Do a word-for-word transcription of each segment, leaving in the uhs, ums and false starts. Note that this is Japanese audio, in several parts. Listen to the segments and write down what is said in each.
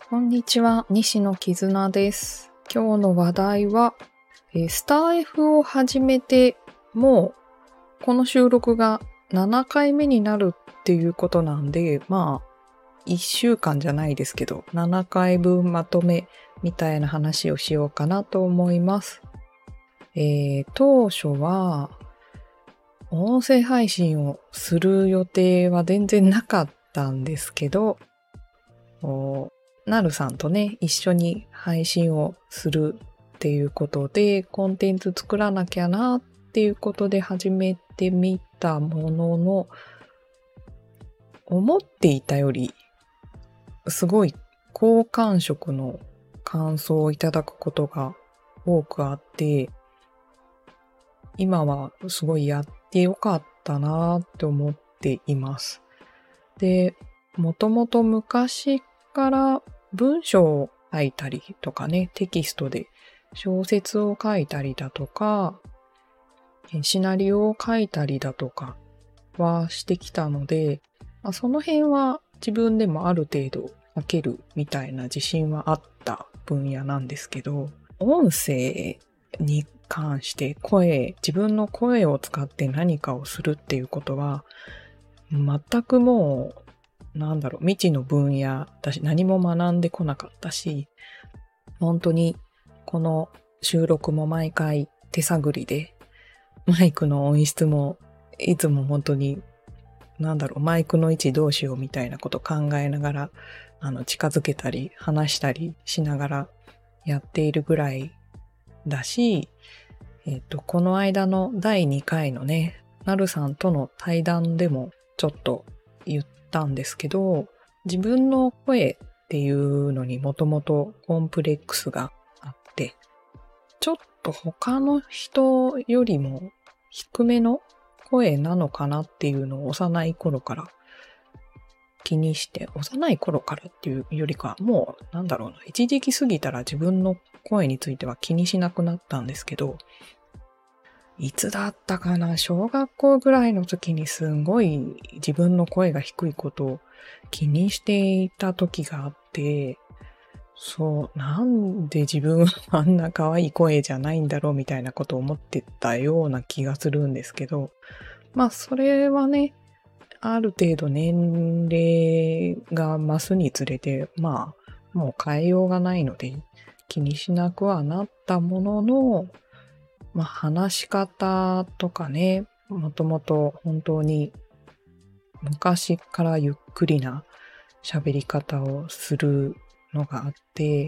こんにちは、西野絆です。今日の話題は、えースタイフを始めて、もうこの収録がななかいめになるっていうことなんで、まあ、いっしゅうかんじゃないですけど、ななかいぶんまとめみたいな話をしようかなと思います。えー、当初は、音声配信をする予定は全然なかったんですけど、おなるさんとね、一緒に配信をするっていうことで、コンテンツ作らなきゃなっていうことで始めてみたものの、思っていたより、すごい好感触の感想をいただくことが多くあって、今はすごいやってよかったなって思っています。で、もともと昔から文章を書いたりとかね、テキストで小説を書いたりだとか、シナリオを書いたりだとかはしてきたので、その辺は自分でもある程度書けるみたいな自信はあった分野なんですけど、音声に関して声、自分の声を使って何かをするっていうことは、全くもう、なんだろう、未知の分野だし、何も学んでこなかったし、本当にこの収録も毎回手探りで、マイクの音質もいつも本当に、なんだろう、マイクの位置どうしようみたいなこと考えながら、あの、近づけたり話したりしながらやっているぐらいだし、えっと、この間のだいにかいのね、なるさんとの対談でもちょっと言ったんですけど、自分の声っていうのにもともとコンプレックスがあって、ちょっと他の人よりも低めの声なのかなっていうのを幼い頃から気にして、幼い頃からっていうよりか、もうなんだろうな、一時期過ぎたら自分の声については気にしなくなったんですけど、いつだったかな、小学校ぐらいの時にすんごい自分の声が低いことを気にしていた時があって、そう、なんで自分はあんな可愛い声じゃないんだろうみたいなことを思ってたような気がするんですけど、まあそれはね、ある程度年齢が増すにつれて、まあもう変えようがないので気にしなくはなったものの、まあ話し方とかね、もともと本当に昔からゆっくりな喋り方をするのがあって、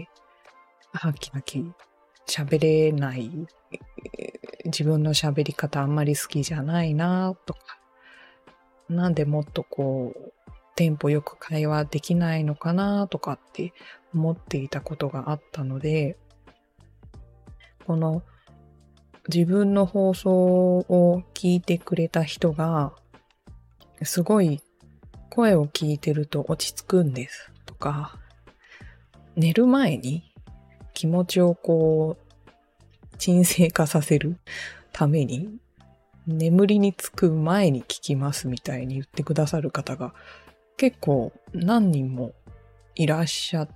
ハキハキ喋れない、自分の喋り方あんまり好きじゃないなとか、なんでもっとこう、テンポよく会話できないのかなとかって思っていたことがあったので、この自分の放送を聞いてくれた人が、すごい声を聞いてると落ち着くんですとか、寝る前に気持ちをこう沈静化させるために眠りにつく前に聞きますみたいに言ってくださる方が結構何人もいらっしゃって、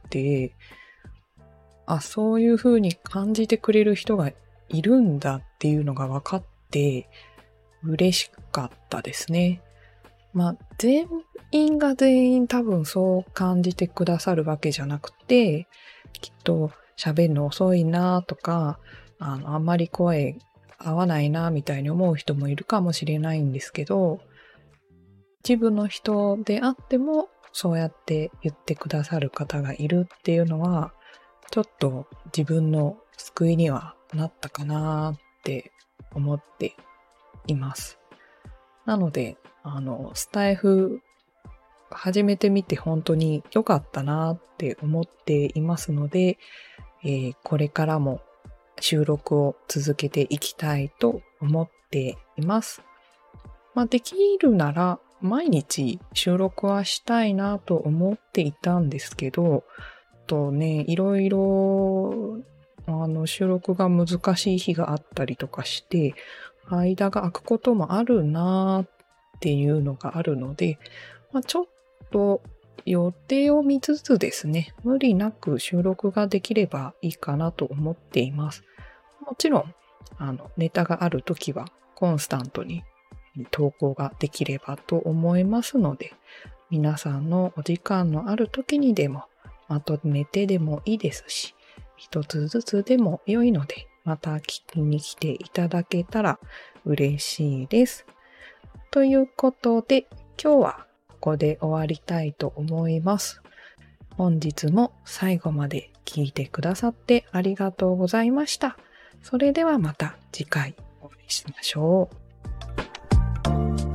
あ、そういう風に感じてくれる人がいるんだっていうのが分かって嬉しかったですね。まあ全員が全員多分そう感じてくださるわけじゃなくて、きっと喋るの遅いなとか、あの、あんまり声合わないなみたいに思う人もいるかもしれないんですけど、一部の人であってもそうやって言ってくださる方がいるっていうのは、ちょっと自分の救いにはなったかなって思っています。なので、あの、スタイフ始めてみて本当に良かったなって思っていますので、えーこれからも収録を続けていきたいと思っています。まあ、できるなら毎日収録はしたいなと思っていたんですけど、とね、いろいろあの収録が難しい日があったりとかして、間が空くこともあるなっていうのがあるので、まあ、ちょっと予定を見つつですね、無理なく収録ができればいいかなと思っています。もちろん、あの、ネタがあるときはコンスタントに投稿ができればと思いますので、皆さんのお時間のあるときにでも、まとめてでもいいですし、一つずつでも良いので、また聞きに来ていただけたら嬉しいです。ということで、今日はここで終わりたいと思います。本日も最後まで聞いてくださってありがとうございました。それではまた次回お会いしましょう。